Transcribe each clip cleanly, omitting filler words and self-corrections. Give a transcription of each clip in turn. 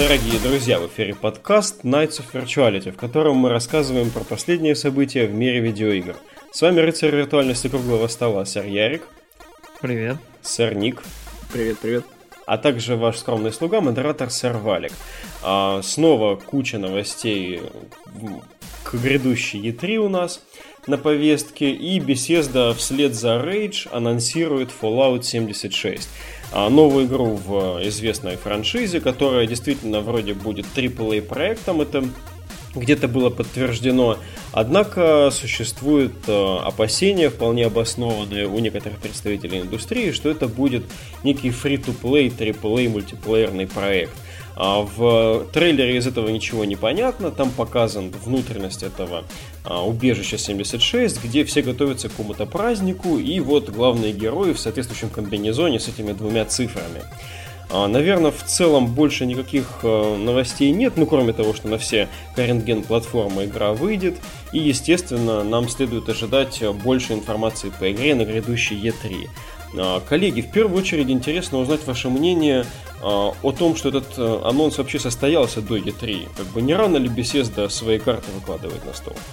Дорогие друзья, в эфире подкаст Nights of Virtuality, в котором мы рассказываем про последние события в мире видеоигр. С вами рыцарь виртуальности круглого стола, сэр Ярик. Привет. Сэр Ник. Привет. А также ваш скромный слуга, модератор сэр Валик. Снова куча новостей к грядущей E3 у нас на повестке, и Bethesda вслед за Rage анонсирует Fallout 76. Новую игру в известной франшизе, которая действительно вроде будет AAA проектом, это где-то было подтверждено. Однако существуют опасения, вполне обоснованные у некоторых представителей индустрии, что это будет некий free-to-play, AAA мультиплеерный проект. В трейлере из этого ничего не понятно, там показан внутренность этого убежища 76, где все готовятся к какому-то празднику, и вот главные герои в соответствующем комбинезоне с этими двумя цифрами. Наверное, в целом больше никаких новостей нет, кроме того, что на все current-gen платформы игра выйдет, и, естественно, нам следует ожидать больше информации по игре на грядущей E3. Коллеги, в первую очередь интересно узнать ваше мнение о том, что этот анонс вообще состоялся до E3. Не рано ли Bethesda свои карты выкладывает на стол?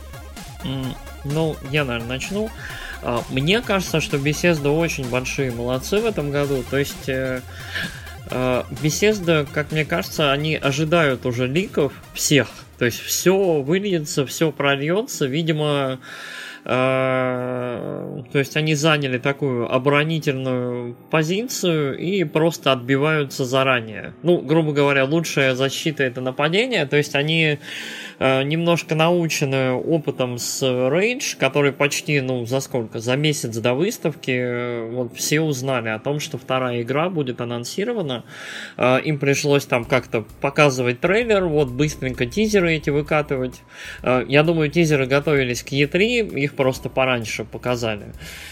Я, наверное, начну. Мне кажется, что Bethesda очень большие молодцы в этом году. То есть Bethesda, как мне кажется, они ожидают уже ликов всех. То есть все выльется, все прольется. Видимо, то есть они заняли такую оборонительную позицию и просто отбиваются заранее. Грубо говоря, лучшая защита — это нападение. То есть они немножко научены опытом с Rage, который почти, за месяц до выставки все узнали о том, что вторая игра будет анонсирована. Им пришлось там как-то показывать трейлер, быстренько тизеры эти выкатывать. Я думаю, тизеры готовились к E3, их просто пораньше показали.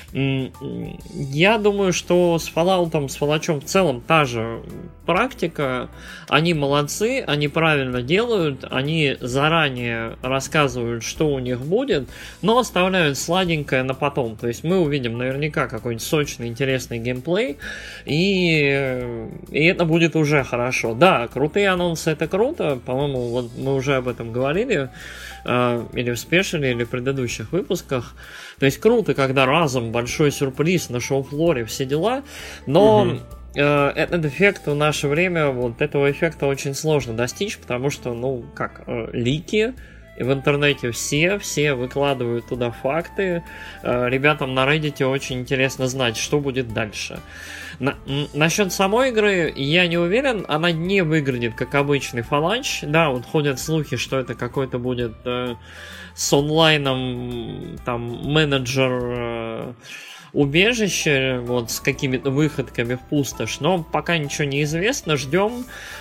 Я думаю, что с Fallout, с Fallout'ом в целом та же практика. Они молодцы, они правильно делают, они заранее рассказывают, что у них будет, но оставляют сладенькое на потом. То есть мы увидим наверняка какой-нибудь сочный, интересный геймплей, и это будет уже хорошо. Да, крутые анонсы — это круто, по-моему, мы уже об этом говорили, или в спешале, или в предыдущих выпусках. То есть круто, когда разом большой сюрприз на шоу-флоре, все дела, но этот эффект в наше время, этого эффекта очень сложно достичь, потому что, лики в интернете все выкладывают туда факты. Ребятам на Reddit очень интересно знать, что будет дальше. Насчет самой игры я не уверен, она не выглядит как обычный Fallout. Да, ходят слухи, что это какой-то будет с онлайном менеджер убежище, с какими-то выходками в пустошь, но пока ничего не известно, ждем,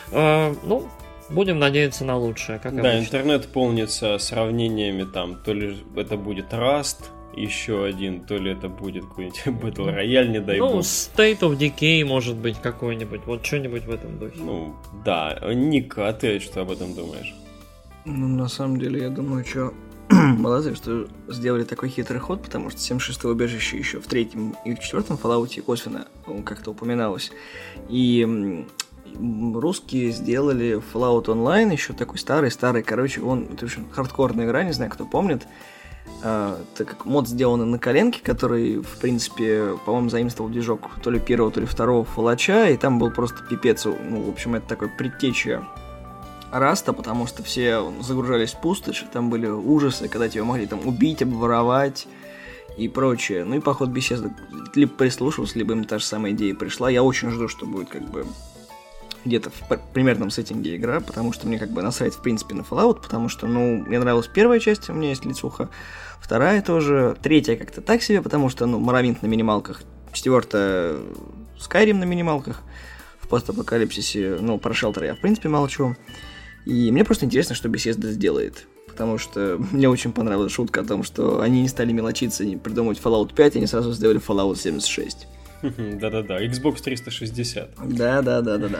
будем надеяться на лучшее, как обычно. Да, интернет полнится сравнениями, то ли это будет Rust, еще один, то ли это будет какой-нибудь Battle Royale, не дай бог. State of Decay, может быть, какой-нибудь, что-нибудь в этом духе. Да. Ник, а ты что об этом думаешь? На самом деле, я думаю, что молодцы, что сделали такой хитрый ход, потому что 76-е убежище еще в 3-м и в 4-м Fallout косвенно как-то упоминалось. И русские сделали Fallout Online, еще такой старый, это очень хардкорная игра, не знаю, кто помнит. Так как мод сделан на коленке, который, в принципе, по-моему, заимствовал движок то ли первого, то ли второго Фаллача, и там был просто пипец. В общем, это такой предтеча Раста, потому что все загружались в пустошь, и там были ужасы, когда тебя могли убить, обворовать и прочее. И по ходу Bethesda либо прислушался, либо им та же самая идея пришла. Я очень жду, что будет где-то в примерном сеттинге игра, потому что мне насрать, в принципе, на Fallout, потому что, мне нравилась первая часть, у меня есть лицуха, вторая тоже, третья как-то так себе, потому что, Morrowind на минималках, четвертая Skyrim на минималках, в постапокалипсисе, про Shelter я, в принципе, молчу. И мне просто интересно, что Bethesda сделает, потому что мне очень понравилась шутка о том, что они не стали мелочиться, не придумывать Fallout 5, они сразу сделали Fallout 76. Да-да-да, Xbox 360. Да.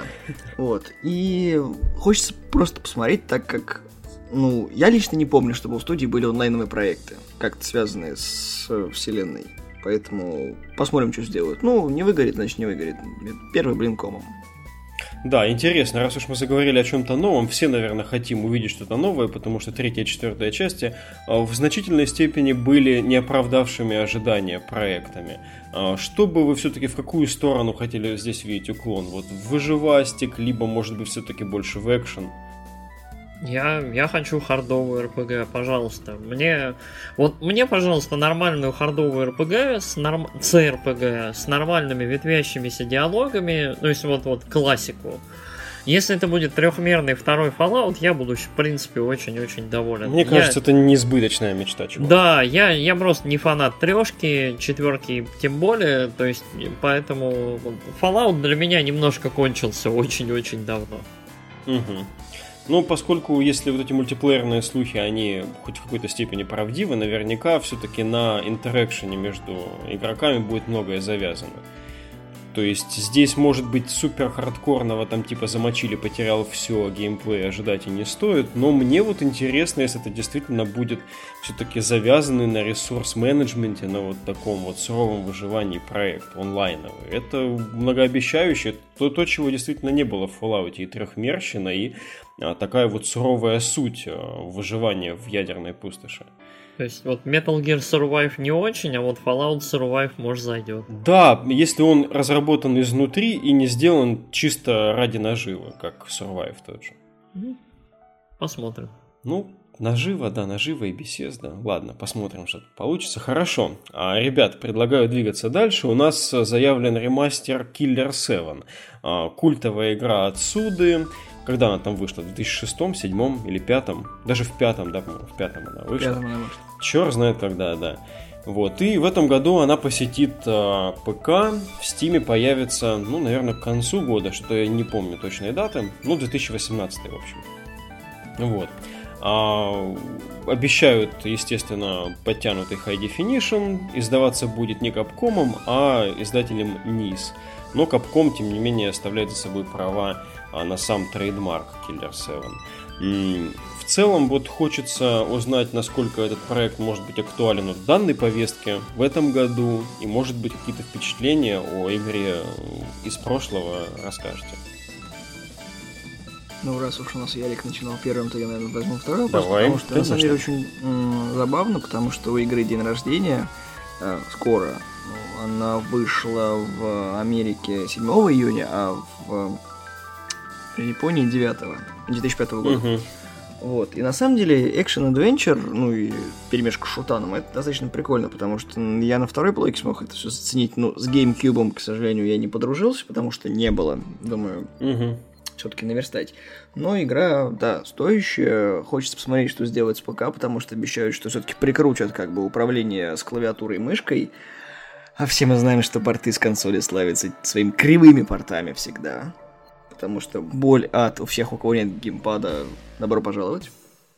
И хочется просто посмотреть, так как, я лично не помню, чтобы у студии были онлайновые проекты, как-то связанные с вселенной. Поэтому посмотрим, что сделают. Не выгорит, значит не выгорит. Первый блин комом. Да, интересно, раз уж мы заговорили о чем-то новом, все, наверное, хотим увидеть что-то новое, потому что 3-я и 4-я части в значительной степени были не оправдавшими ожидания проектами. Что бы вы все-таки, в какую сторону хотели здесь видеть уклон? Вот в выживастик, либо, может быть, все-таки больше в экшен? Я хочу хардовую РПГ, пожалуйста. Мне, пожалуйста, нормальную хардовую РПГ, CRPG с нормальными ветвящимися диалогами, то есть вот классику. Если это будет трехмерный второй Fallout, я буду, в принципе, очень-очень доволен. Мне кажется, это несбыточная мечта, чувак. Да, я просто не фанат трешки, четверки тем более, то есть, поэтому Fallout для меня немножко кончился очень-очень давно. Угу. Ну, поскольку, если вот эти мультиплеерные слухи, они хоть в какой-то степени правдивы, наверняка все-таки на интеракшене между игроками будет многое завязано. То есть здесь, может быть, супер хардкорного, там типа замочили, потерял все, геймплей ожидать и не стоит, но мне вот интересно, если это действительно будет все-таки завязанный на ресурс-менеджменте, на вот таком вот суровом выживании проект онлайновый. Это многообещающе, то, чего действительно не было в Fallout, и трехмерщина, и такая вот суровая суть выживания в ядерной пустоши. То есть вот Metal Gear Survive не очень, а вот Fallout Survive, может, зайдет. Да, если он разработан изнутри и не сделан чисто ради наживы, как Survive тот же. Посмотрим. Ну, нажива и Bethesda. Ладно, посмотрим, что получится. Хорошо. Ребят, предлагаю двигаться дальше. У нас заявлен ремастер Killer 7. Культовая игра от Suda. Когда она там вышла? В 2006, 2007 или 2005? Даже в 2005, да, по-моему, в 2005 она вышла. В 2005 она вышла. Черт знает когда, да. Вот. И в этом году она посетит ПК. В Steam появится, ну, наверное, к концу года, что я не помню точной даты. Ну, 2018, в общем. Вот. Обещают, естественно, подтянутый High Definition. Издаваться будет не Capcom, а издателем NIS. Но Capcom, тем не менее, оставляет за собой права на сам трейдмарк Killer 7. В целом, вот хочется узнать, насколько этот проект может быть актуален в данной повестке в этом году, и, может быть, какие-то впечатления о игре из прошлого расскажете. Ну, раз уж у нас Ярик начинал первым, то я, наверное, возьму второй. Давай, потому что, на самом деле, очень забавно, потому что у игры день рождения скоро. Она вышла в Америке 7 июня, а в Японии 9 2005 года. Угу. Вот. И на самом деле экшен-адвенчер, ну и перемешка с шутаном, это достаточно прикольно, потому что я на второй плойке смог это все заценить. Ну, с GameCube, к сожалению, я не подружился, потому что не было. Думаю, все-таки наверстать. Но игра, да, стоящая. Хочется посмотреть, что сделать с ПК, потому что обещают, что все-таки прикрутят как бы управление с клавиатурой и мышкой. А все мы знаем, что порты с консоли славятся своими кривыми портами всегда. Потому что боль от у всех, у кого нет геймпада, добро пожаловать.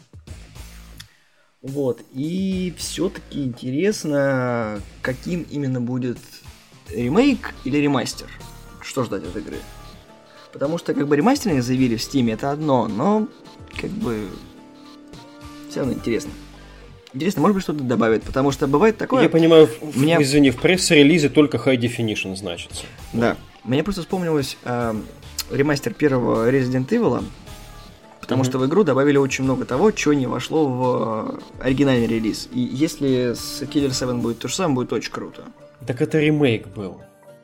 Вот. И все-таки интересно, каким именно будет ремейк или ремастер. Что ждать от игры? Потому что как бы ремастеринг заявили в Steam, это одно, но как бы все равно интересно. Интересно, может быть, что-то добавят, потому что бывает такое... Я понимаю, извини, в пресс-релизе только High Definition значится. Да. Мне просто вспомнилось ремастер первого Resident Evil, потому что в игру добавили очень много того, что не вошло в оригинальный релиз. И если с Killer 7 будет то же самое, будет очень круто. Так это ремейк был.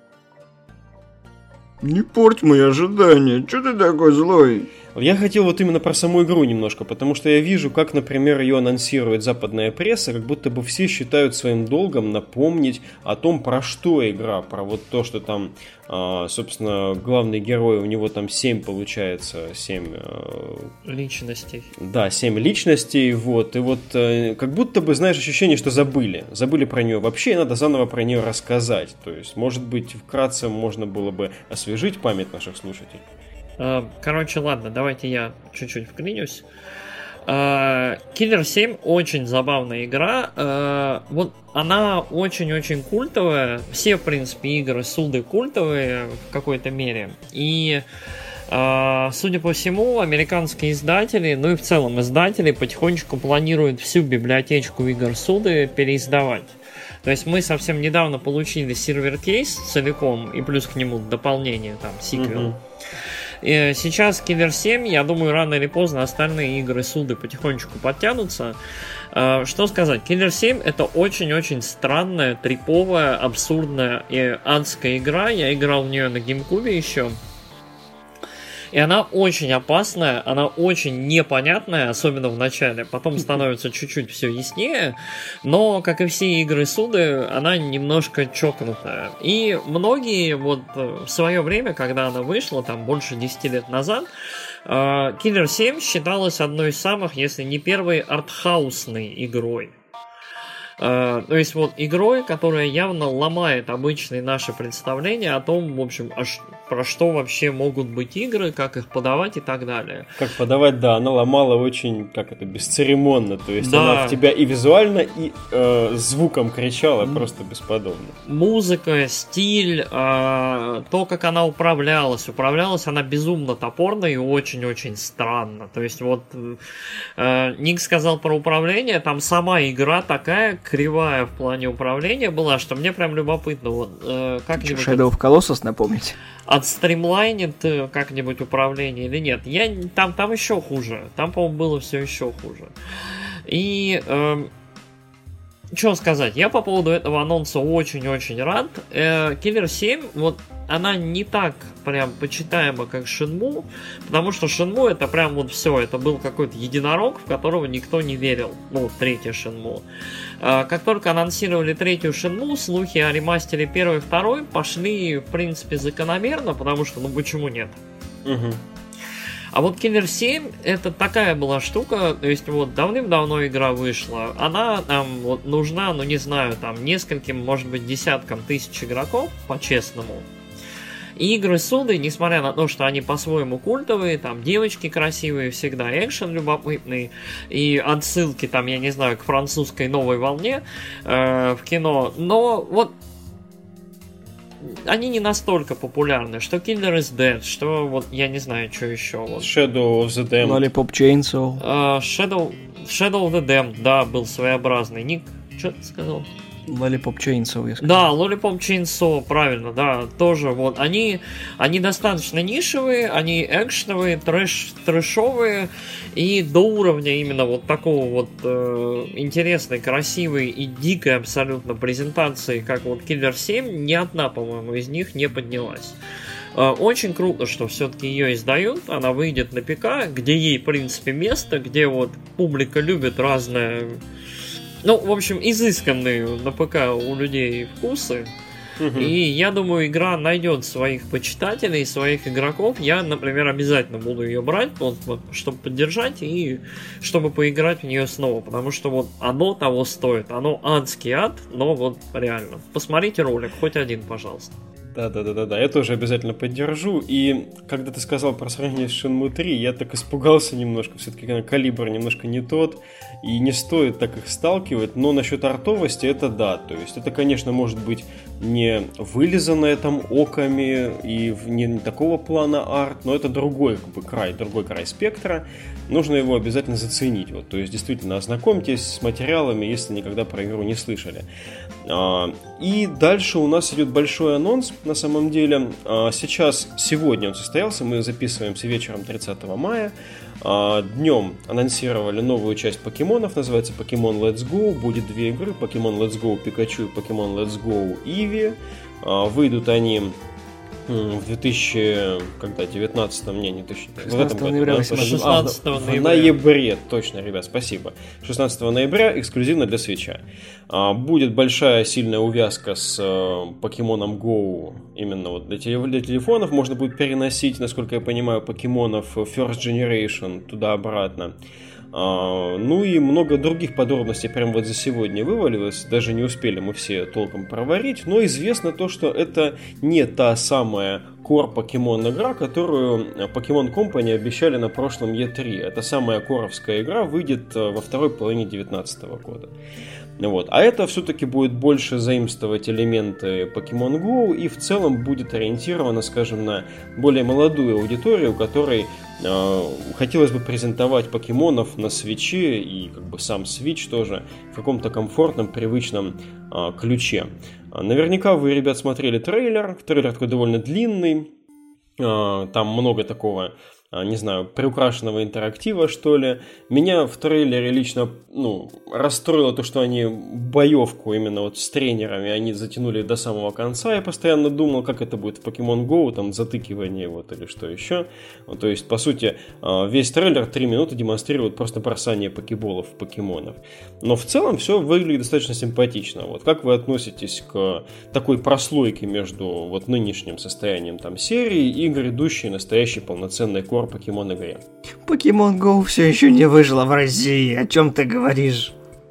Не порть мои ожидания, что ты такой злой? Я хотел вот именно про саму игру немножко, потому что я вижу, как, например, ее анонсирует западная пресса, как будто бы все считают своим долгом напомнить о том, про что игра, про вот то, что там, собственно, главный герой, у него там 7, получается, 7... личностей. Да, 7 личностей, вот, и вот как будто бы, знаешь, ощущение, что забыли про нее вообще, и надо заново про нее рассказать, то есть, может быть, вкратце можно было бы освежить память наших слушателей. Короче, ладно, давайте я чуть-чуть вклинюсь. Killer 7 очень забавная игра. Вот она очень-очень культовая. Все, в принципе, игры Suda культовые в какой-то мере. И, судя по всему, американские издатели, ну и в целом издатели, потихонечку планируют всю библиотечку игр Suda переиздавать. То есть мы совсем недавно получили сервер-кейс целиком, и плюс к нему дополнение, там, сиквел. Сейчас Killer 7, я думаю, рано или поздно остальные игры суды потихонечку подтянутся. Что сказать, Killer 7 это очень-очень странная, триповая, абсурдная и адская игра. Я играл в нее на GameCube еще. И она очень опасная, она очень непонятная, особенно в начале. Потом становится чуть-чуть все яснее. Но, как и все игры суды, она немножко чокнутая. И многие вот в свое время, когда она вышла, там больше 10 лет назад, Killer 7 считалась одной из самых, если не первой, артхаусной игрой. То есть вот игрой, которая явно ломает обычные наши представления о том, в общем, про что вообще могут быть игры, как их подавать и так далее. Как подавать, да, она ломала очень, бесцеремонно, то есть да. Она в тебя и визуально, и звуком кричала просто бесподобно. Музыка, стиль, то, как она управлялась она безумно топорно и очень-очень странно. То есть вот Ник сказал про управление, там сама игра такая кривая в плане управления была, что мне прям любопытно. Вот, как-нибудь Shadow of Colossus напомнить? Отстримлайнит как-нибудь управление или нет? Там еще хуже. Там, по-моему, было все еще хуже. И что сказать? Я по поводу этого анонса очень-очень рад. Killer 7, вот она не так прям почитаема, как Shenmue, потому что Shenmue это прям вот все, это был какой-то единорог, в которого никто не верил. Ну, третья Shenmue. Как только анонсировали третью Shenmue, слухи о ремастере 1 и 2 пошли, в принципе, закономерно, потому что, ну почему нет? Угу. А вот Killer 7 это такая была штука, то есть вот давным-давно игра вышла, она там вот нужна, ну не знаю, там нескольким, может быть, десяткам тысяч игроков, по-честному. И игры суды, несмотря на то, что они по-своему культовые, там девочки красивые, всегда экшен любопытный, и отсылки там, я не знаю, к французской новой волне в кино, но вот они не настолько популярны, что Killer is Dead, что вот я не знаю, что еще. Вот. Shadow of the Damned. Lollipop Chainsaw. Shadow of the Damned, да, был своеобразный. Ник, что ты сказал? Lollipop Chainsaw, я сказал. Да, Lollipop Chainsaw, правильно, да, тоже вот. Они достаточно нишевые, они экшеновые, трэшовые, и до уровня именно вот такого вот интересной, красивой и дикой абсолютно презентации, как вот Killer 7, ни одна, по-моему, из них не поднялась. Очень круто, что все-таки ее издают, она выйдет на ПК, где ей, в принципе, место, где вот публика любит разное... Ну, в общем, изысканные на ПК у людей вкусы. И я думаю, игра найдет своих почитателей, своих игроков. Я, например, обязательно буду ее брать, вот, чтобы поддержать и чтобы поиграть в нее снова. Потому что вот оно того стоит. Оно адский ад, но вот реально. Посмотрите ролик, хоть один, пожалуйста. Да, я тоже обязательно поддержу. И когда ты сказал про сравнение с Shenmue 3, я так испугался немножко. Все-таки калибр немножко не тот, и не стоит так их сталкивать. Но насчет артовости это да. То есть это, конечно, может быть не вылизанное там оками и не такого плана арт, но это другой край спектра. Нужно его обязательно заценить. Вот, то есть действительно ознакомьтесь с материалами, если никогда про игру не слышали. И дальше у нас идет большой анонс. На самом деле, сегодня он состоялся, мы записываемся вечером 30 мая. Днем анонсировали новую часть покемонов, называется Pokemon Let's Go. Будет две игры, Pokemon Let's Go Pikachu и Pokemon Let's Go Eevee. Выйдут они в 2019 ноября, 16 ноября. В ноябре, точно, ребят, спасибо. 16 ноября эксклюзивно для Switch. Будет большая сильная увязка с Pokemon Go именно вот для телефонов. Можно будет переносить, насколько я понимаю, покемонов First Generation туда-обратно. Ну и много других подробностей прямо вот за сегодня вывалилось. Даже не успели мы все толком проварить. Но известно то, что это не та самая Core Pokemon игра, которую Pokemon Company обещали на прошлом E3. Эта самая коровская игра выйдет во второй половине 2019 года. Вот. А это все-таки будет больше заимствовать элементы Pokemon Go и в целом будет ориентировано, скажем, на более молодую аудиторию, у которой хотелось бы презентовать покемонов на Switch'е и как бы сам Switch тоже в каком-то комфортном, привычном ключе. Наверняка вы, ребят, смотрели трейлер. Трейлер такой довольно длинный. Там много такого, не знаю, приукрашенного интерактива, что ли. Меня в трейлере лично, расстроило то, что они боевку именно вот с тренерами, они затянули до самого конца. Я постоянно думал, как это будет в Pokemon Go, там, затыкивание вот или что еще. То есть, по сути, весь трейлер 3 минуты демонстрирует просто бросание покеболов в покемонов. Но в целом все выглядит достаточно симпатично. Вот как вы относитесь к такой прослойке между вот нынешним состоянием там серии и грядущей настоящей полноценной кор Покемон игре? Pokemon Go все еще не выжила в России. О чем ты говоришь?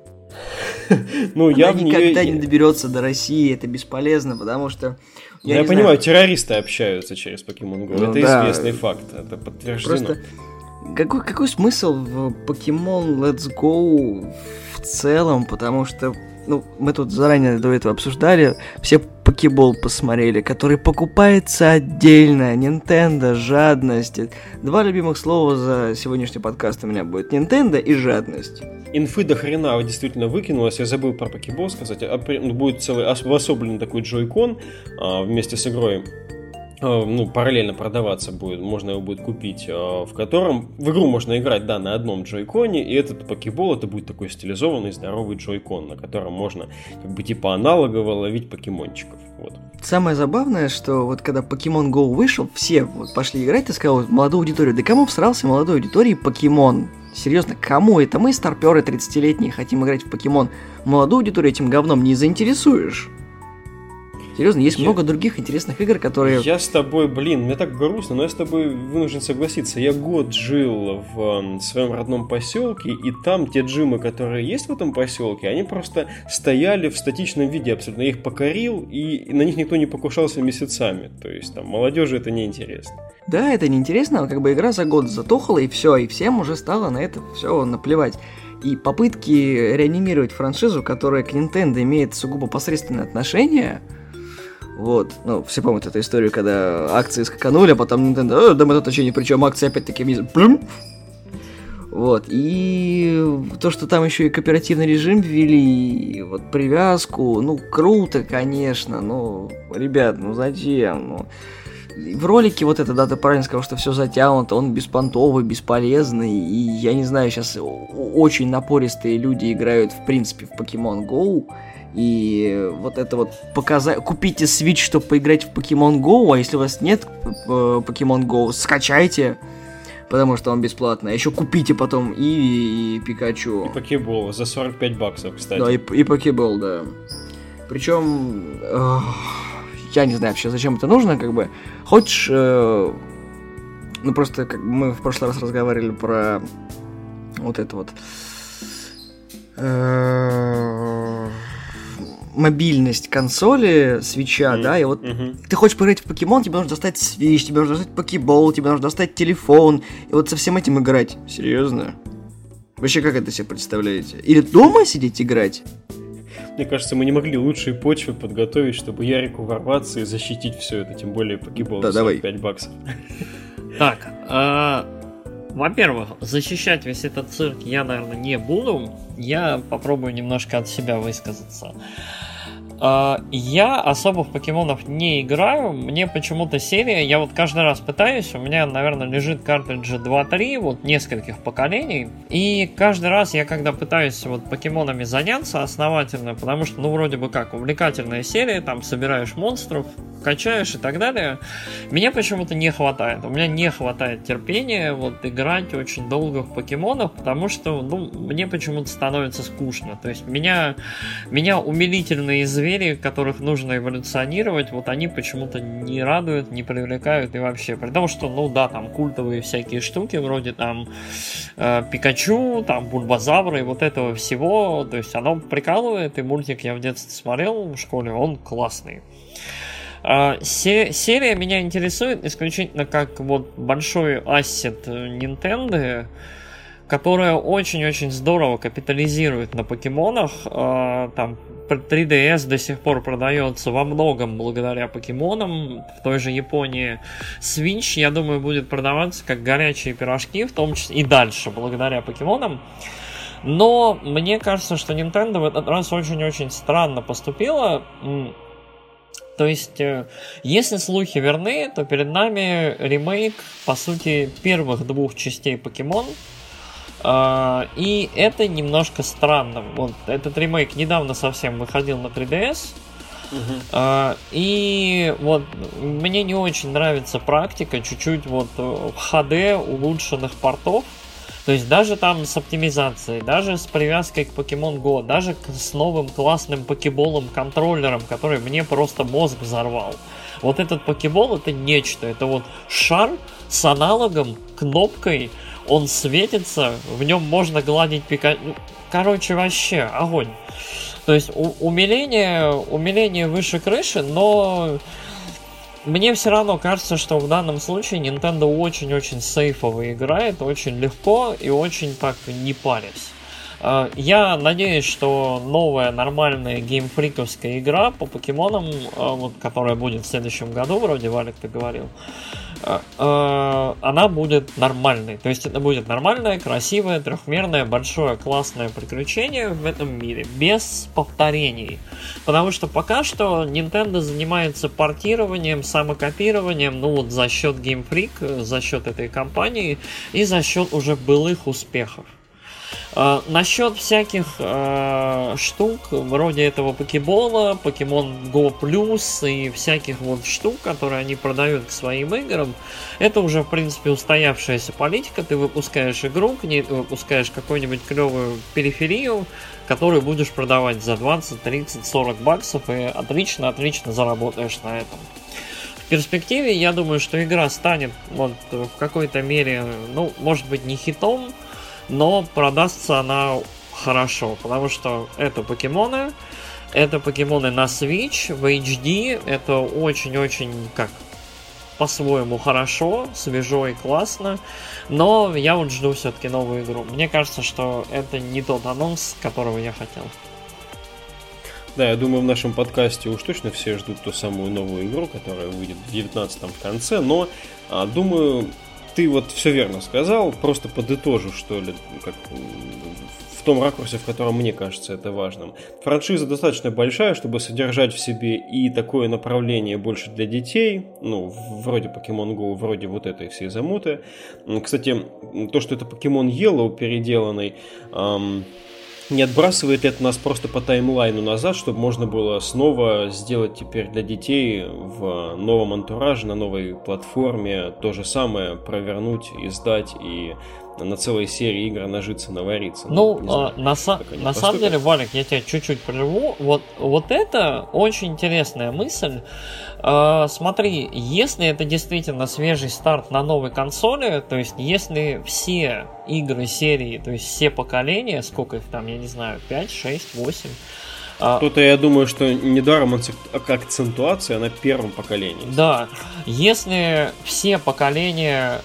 Она никогда не доберется до России, это бесполезно, потому что... Я понимаю, террористы общаются через Pokemon Go, это известный факт, это подтверждено. Просто какой смысл в Pokemon Let's Go в целом, потому что мы тут заранее до этого обсуждали, все Покебол посмотрели, который покупается отдельно, Nintendo, жадность. 2 любимых слова за сегодняшний подкаст у меня будет: Nintendo и жадность. Инфы до хрена действительно выкинулось, я забыл про Покебол сказать, будет целый обособленный такой джойкон вместе с игрой. Параллельно продаваться будет, можно его будет купить, в котором в игру можно играть, да, на одном джойконе, и этот покебол, это будет такой стилизованный здоровый джойкон, на котором можно как бы типа аналогово ловить покемончиков. Вот. Самое забавное, что вот когда Pokemon Go вышел, все вот пошли играть, ты сказал, молодую аудиторию, да кому всрался молодой аудитории Покемон? Серьезно, кому это? Мы, старперы 30-летние, хотим играть в Покемон. Молодую аудиторию этим говном не заинтересуешь. Серьезно, есть много других интересных игр, которые... Я с тобой, мне так грустно, но я с тобой вынужден согласиться. Я год жил в своем родном поселке, и там те джимы, которые есть в этом поселке, они просто стояли в статичном виде абсолютно. Я их покорил, и на них никто не покушался месяцами. То есть там молодежи это неинтересно. Да, это неинтересно, как бы игра за год затухла, и все, и всем уже стало на это все наплевать. И попытки реанимировать франшизу, которая к Nintendo имеет сугубо посредственное отношение... Вот, все помнят эту историю, когда акции скаканули, а потом Nintendo, да мы тут вообще ни при чем, акции опять-таки вниз, плюм. Вот, и то, что там еще и кооперативный режим ввели, и вот привязку, круто, конечно, ребят, зачем, В ролике вот это, да, ты правильно сказал, что все затянуто, он беспонтовый, бесполезный, и я не знаю, сейчас очень напористые люди играют, в принципе, в Pokemon Go, и вот это вот купите Switch, чтобы поиграть в Pokemon Go, а если у вас нет Pokemon Go, скачайте, потому что он бесплатный, а еще купите потом и Пикачу. И Покебол за $45, кстати. Да, и Покебол, да. Причем, я не знаю вообще, зачем это нужно, как бы. Хочешь, просто как мы в прошлый раз разговаривали про вот это вот... мобильность консоли, свитча, да, и вот ты хочешь поиграть в Покемон, тебе нужно достать Switch, тебе нужно достать Покебол, тебе нужно достать телефон, и вот со всем этим играть. Серьезно? Вообще, как это себе представляете? Или дома сидеть играть? Мне кажется, мы не могли лучшие почвы подготовить, чтобы Ярику ворваться и защитить все это, тем более Покебол за $45. Так, во-первых, защищать весь этот цирк я, наверное, не буду. Я попробую немножко от себя высказаться. Я особо в покемонов не играю. Мне почему-то серия, я вот каждый раз пытаюсь, у меня, наверное, лежит картриджи 2-3, вот нескольких поколений. И каждый раз я, когда пытаюсь вот покемонами заняться основательно, потому что, вроде бы как, увлекательная серия, там собираешь монстров, качаешь и так далее, меня почему-то не хватает. У меня не хватает терпения вот играть очень долго в покемонов, потому что, мне почему-то становится скучно. То есть меня умилительные звери, которых нужно эволюционировать, вот они почему-то не радуют, не привлекают и вообще. При том, что, там культовые всякие штуки, вроде там Пикачу, там Бульбазавра и вот этого всего, то есть оно прикалывает, и мультик я в детстве смотрел в школе, он классный. Серия меня интересует исключительно как вот большой ассет Nintendo, которая очень-очень здорово капитализирует на покемонах. Там 3DS до сих пор продается во многом благодаря покемонам в той же Японии. Switch, я думаю, будет продаваться как горячие пирожки, в том числе и дальше благодаря покемонам. Но мне кажется, что Nintendo в этот раз очень-очень странно поступила. То есть, если слухи верны, то перед нами ремейк, по сути, первых 2 частей Покемон. И это немножко странно. Вот этот ремейк недавно совсем выходил на 3DS. И вот мне не очень нравится практика чуть-чуть вот в HD улучшенных портов. То есть даже там с оптимизацией, даже с привязкой к Pokemon Go, даже с новым классным покеболом контроллером, который мне просто мозг взорвал. Вот этот покебол — это нечто. Это вот шар с аналогом, кнопкой, он светится, в нем можно гладить Пикачу. Короче, вообще огонь. То есть умиление выше крыши, но мне все равно кажется, что в данном случае Nintendo очень-очень сейфово играет, очень легко и очень так не парясь. Я надеюсь, что новая нормальная геймфриковская игра по покемонам, вот, которая будет в следующем году, вроде Валик ты говорил, она будет нормальной. То есть это будет нормальное, красивое, трехмерное, большое, классное приключение в этом мире, без повторений. Потому что пока что Nintendo занимается портированием, самокопированием, ну вот за счет Game Freak, за счет этой компании и за счет уже былых успехов. Насчет всяких штук, вроде этого покебола, Pokemon Go Plus и всяких вот штук, которые они продают к своим играм, это уже, в принципе, устоявшаяся политика. Ты выпускаешь игру, к ней ты выпускаешь какую-нибудь клевую периферию, которую будешь продавать за 20, 30, 40 баксов и отлично заработаешь на этом. В перспективе, я думаю, что игра станет вот в какой-то мере, ну, может быть, не хитом, но продастся она хорошо, потому что это покемоны на Switch, в HD, это очень-очень, как, по-своему хорошо, свежо и классно, но я вот жду все-таки новую игру. Мне кажется, что это не тот анонс, которого я хотел. Да, я думаю, в нашем подкасте уж точно все ждут ту самую новую игру, которая выйдет в 19-м в конце, но, думаю, ты вот все верно сказал, просто подытожу, что ли, как в том ракурсе, в котором мне кажется это важным. Франшиза достаточно большая, чтобы содержать в себе и такое направление больше для детей, ну, вроде Pokemon Go, вроде вот этой всей замуты. Кстати, то, что это Pokemon Yellow переделанный, не отбрасывает это нас просто по таймлайну назад, чтобы можно было снова сделать теперь для детей в новом антураже, на новой платформе то же самое, провернуть, издать и на целой серии игр нажиться, навариться. Ну, на самом деле, Валик, я тебя чуть-чуть прерву. Вот это очень интересная мысль. Смотри, если это действительно свежий старт на новой консоли, то есть если все игры серии, то есть все поколения, сколько их там, я не знаю, 5, 6, 8... Тут я думаю, что недаром акцентуация на первом поколении. Да, если все поколения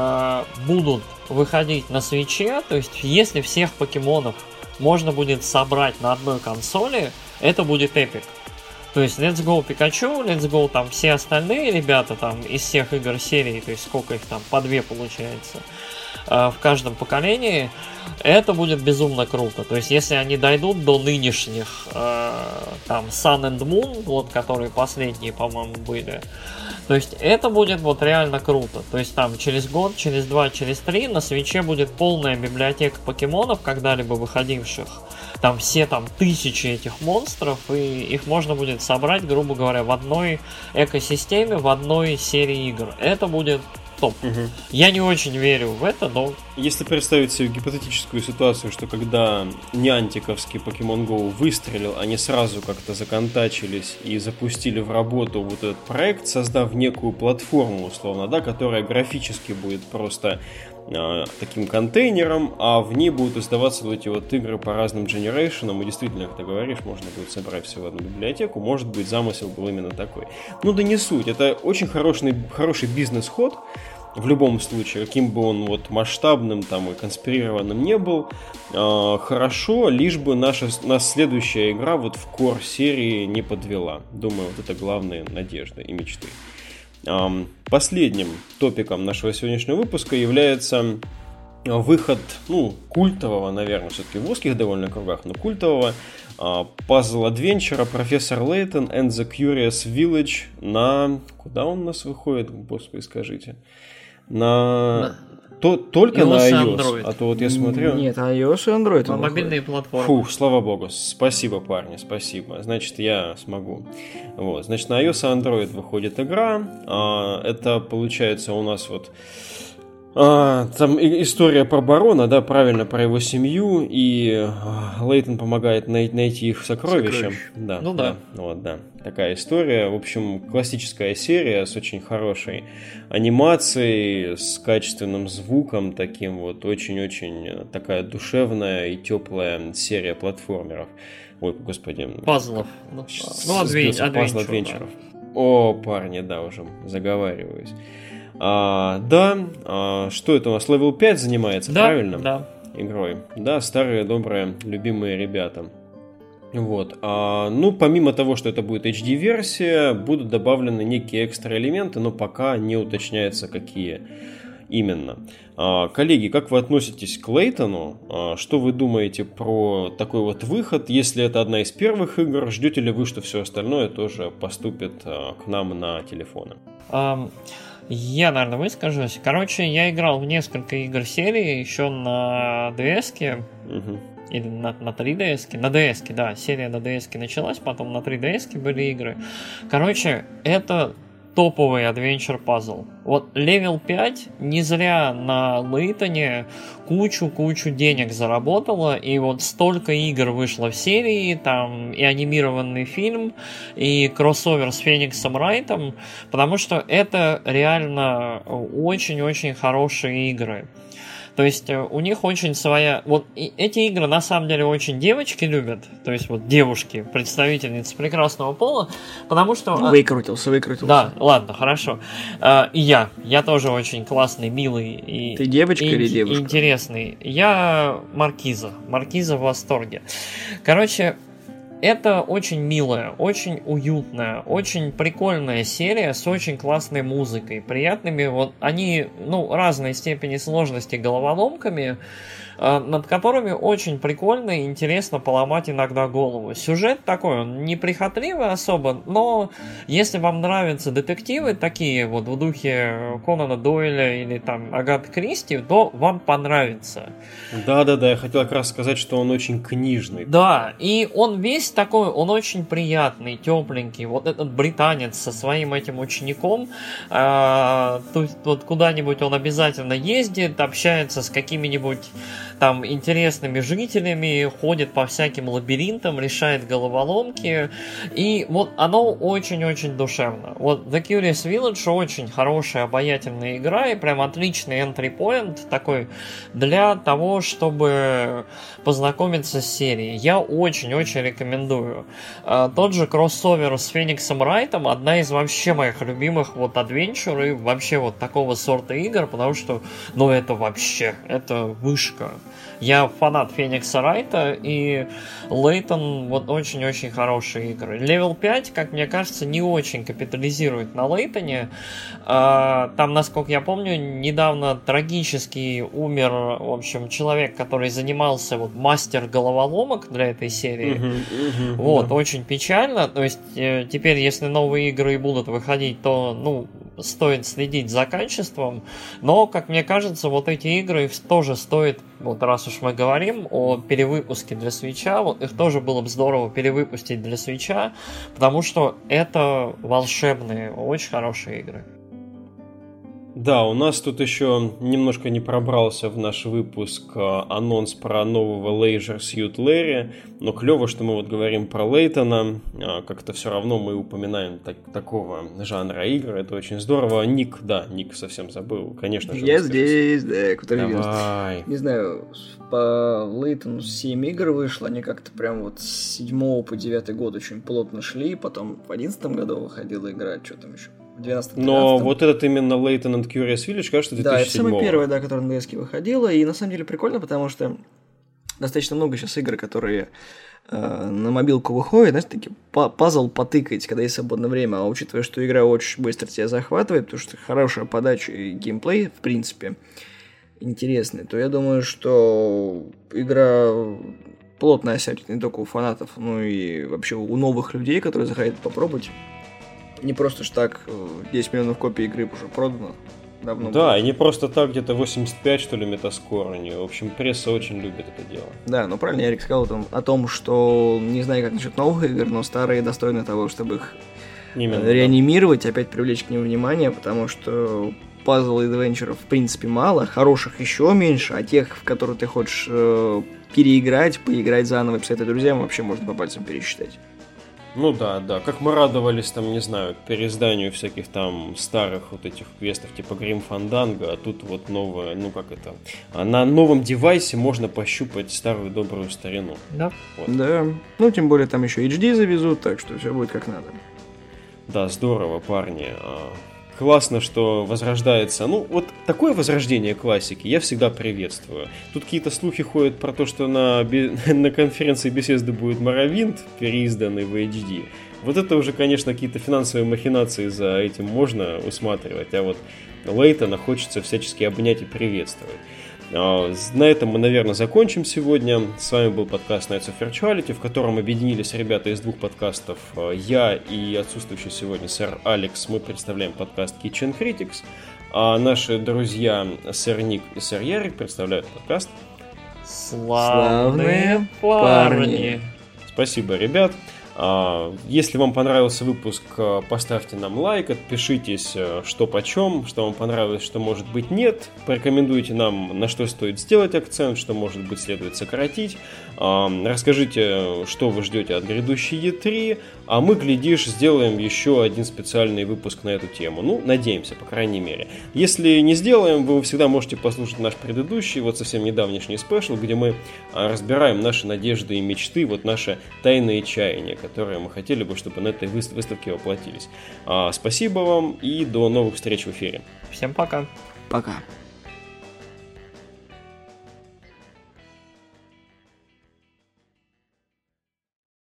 будут выходить на Switch, то есть если всех покемонов можно будет собрать на одной консоли, это будет эпик. То есть Let's Go Pikachu, Let's Go там все остальные ребята там из всех игр серии, то есть сколько их там, по 2 получается, в каждом поколении, это будет безумно круто. То есть если они дойдут до нынешних там Sun and Moon, вот которые последние, по-моему, были, то есть это будет вот реально круто. То есть там через год, через 2, через 3 на Switch будет полная библиотека покемонов, когда-либо выходивших. Там все там тысячи этих монстров, и их можно будет собрать, грубо говоря, в одной экосистеме, в одной серии игр. Это будет топ. Я не очень верю в это, но... Если представить себе гипотетическую ситуацию, что когда Niantic-овский Pokemon Go выстрелил, они сразу как-то законтачились и запустили в работу вот этот проект, создав некую платформу, условно, да, которая графически будет просто таким контейнером, а в ней будут издаваться вот эти вот игры по разным генерейшенам, и действительно, как ты говоришь, можно будет собрать все в одну библиотеку, может быть, замысел был именно такой. Ну да не суть, это очень хороший бизнес-ход, в любом случае, каким бы он вот масштабным там и конспирированным не был, хорошо, лишь бы нас следующая игра вот в кор серии не подвела. Думаю, вот это главные надежды и мечты. Последним топиком нашего сегодняшнего выпуска является выход, культового, наверное, все-таки в узких довольно кругах, но культового пазл-адвенчера «Профессор Лейтон and the Curious Village» на... Куда он у нас выходит? Господи, скажите. Только на iOS. А то вот я смотрю... Нет, iOS и Android. На мобильные платформы. Фух, слава богу. Спасибо, парни, спасибо. Значит, я смогу. Вот. Значит, на iOS и Android выходит игра. Это, получается, у нас вот... Там история про барона, да, правильно, про его семью, и Лейтон помогает найти их сокровища. Да, ну да. Вот, да. Такая история. В общем, классическая серия с очень хорошей анимацией, с качественным звуком таким вот. Очень-очень такая душевная и теплая серия платформеров. Ой, господи. Пазлов. Пазл-адвенчеров. О, парни, да, уже заговариваюсь. Что это у нас? Level 5 занимается, да, правильно? Да. Игрой. Да, старые, добрые, любимые ребята. Вот. Помимо того, что это будет HD-версия, будут добавлены некие экстра элементы, но пока не уточняется, какие именно. Коллеги, как вы относитесь к Лейтону? Что вы думаете про такой вот выход? Если это одна из первых игр, ждете ли вы, что все остальное тоже поступит к нам на телефоны? Я, наверное, выскажусь. Короче, я играл в несколько игр серии еще на DS-ке. Или на 3DS-ке. На DS-ке, да. Серия на DS-ке началась, потом на 3DS-ке были игры. Короче, это топовый adventure пазл. Вот Level 5 не зря на Лейтоне кучу денег заработала, и вот столько игр вышло в серии, там и анимированный фильм, и кроссовер с Фениксом Райтом, потому что это реально очень-очень хорошие игры. То есть у них очень своя... Вот эти игры на самом деле очень девочки любят. То есть вот девушки, представительницы прекрасного пола. Потому что... Выкрутился. Да, ладно, хорошо. И я тоже очень классный, милый и... Ты девочка или девушка? Интересный. Я Маркиза. Маркиза в восторге. Короче... Это очень милая, очень уютная, очень прикольная серия с очень классной музыкой, приятными, вот они, разной степени сложности головоломками, над которыми очень прикольно и интересно поломать иногда голову. Сюжет такой, он неприхотливый особо, но если вам нравятся детективы такие, вот в духе Конана Дойля или там Агаты Кристи, то вам понравится. Да, я хотел как раз сказать, что он очень книжный. Да, и он весь такой, он очень приятный, тепленький. Вот этот британец со своим этим учеником, вот куда-нибудь он обязательно ездит, общается с какими-нибудь там интересными жителями, ходит по всяким лабиринтам, решает головоломки, и вот оно очень-очень душевно. Вот The Curious Village очень хорошая, обаятельная игра, и прям отличный entry point такой для того, чтобы познакомиться с серией. Я очень-очень рекомендую. Тот же кроссовер с Фениксом Райтом, одна из вообще моих любимых вот адвенчур и вообще вот такого сорта игр, потому что, это вышка. Я фанат Феникса Райта, и Лейтон вот очень-очень хорошие игры. Level 5, как мне кажется, не очень капитализирует на Лейтоне. Там, насколько я помню, недавно трагически умер, в общем, человек, который занимался вот мастер головоломок для этой серии. Очень печально. То есть теперь, если новые игры и будут выходить, то, стоит следить за качеством. Но, как мне кажется, вот эти игры тоже стоит, вот раз уж мы говорим о перевыпуске для Switch'а, вот их тоже было бы здорово перевыпустить для Switch'а, потому что это волшебные, очень хорошие игры. Да, у нас тут еще немножко не пробрался в наш выпуск анонс про нового Leisure Suit Larry, но клево, что мы вот говорим про Лейтона, как-то все равно мы упоминаем такого жанра игр, это очень здорово. Ник совсем забыл, конечно же. Я здесь, да, Давай. Не знаю, по Лейтону 7 игр вышло, они как-то прям вот с 7 по 9 год очень плотно шли, потом в 11 году выходила игра, что там еще? В 12-13. Но вот этот именно Layton and Curious Village, кажется, 2007. Да, это самая первая, которая на DS выходила, и на самом деле прикольно, потому что достаточно много сейчас игр, которые на мобилку выходят, знаешь, такие пазл потыкать, когда есть свободное время, а учитывая, что игра очень быстро тебя захватывает, потому что хорошая подача и геймплей, в принципе, интересные, то я думаю, что игра плотно осядет не только у фанатов, но и вообще у новых людей, которые захотят попробовать. Не просто ж так 10 миллионов копий игры уже продано. Давно да, было. и не просто так, где-то 85, что ли, метаскор у нее. В общем, пресса очень любит это дело. Да, ну правильно Эрик сказал о том, что не знаю, как насчет новых игр, но старые достойны того, чтобы их реанимировать, опять привлечь к ним внимание, потому что пазл адвенчеров в принципе мало, хороших еще меньше, а тех, в которые ты хочешь переиграть, поиграть заново, писать друзьям, вообще можно по пальцам пересчитать. Ну да, как мы радовались там, не знаю, переизданию всяких там старых вот этих квестов типа Grim Fandango, а тут вот новое, ну как это, на новом девайсе можно пощупать старую добрую старину. Да. Вот. Да, ну тем более там еще HD завезут, так что все будет как надо. Да, здорово, парни. Классно, что возрождается. Ну, вот такое возрождение классики я всегда приветствую. Тут какие-то слухи ходят про то, что на конференции Bethesda будет Morrowind, переизданный в HD. Вот это уже, конечно, какие-то финансовые махинации за этим можно усматривать. А вот Лейтона хочется всячески обнять и приветствовать. На этом мы, наверное, закончим сегодня. С вами был подкаст Nights of Virtuality, в котором объединились ребята из двух подкастов. Я и отсутствующий сегодня сэр Алекс. Мы представляем подкаст Kitchen Critics. А наши друзья сэр Ник и сэр Ярик представляют подкаст Славные парни. Спасибо, ребят. Если вам понравился выпуск, поставьте нам лайк, отпишитесь, что почем, что вам понравилось, что может быть нет. Порекомендуйте нам, на что стоит сделать акцент, что может быть следует сократить. Расскажите, что вы ждете от грядущей E3, а мы, глядишь, сделаем еще один специальный выпуск на эту тему. Ну, надеемся, по крайней мере. Если не сделаем, вы всегда можете послушать наш предыдущий, вот совсем недавнешний спешл, где мы разбираем наши надежды и мечты, вот наши тайные чаяния, которые мы хотели бы, чтобы на этой выставке воплотились. Спасибо вам и до новых встреч в эфире. Всем пока. Пока.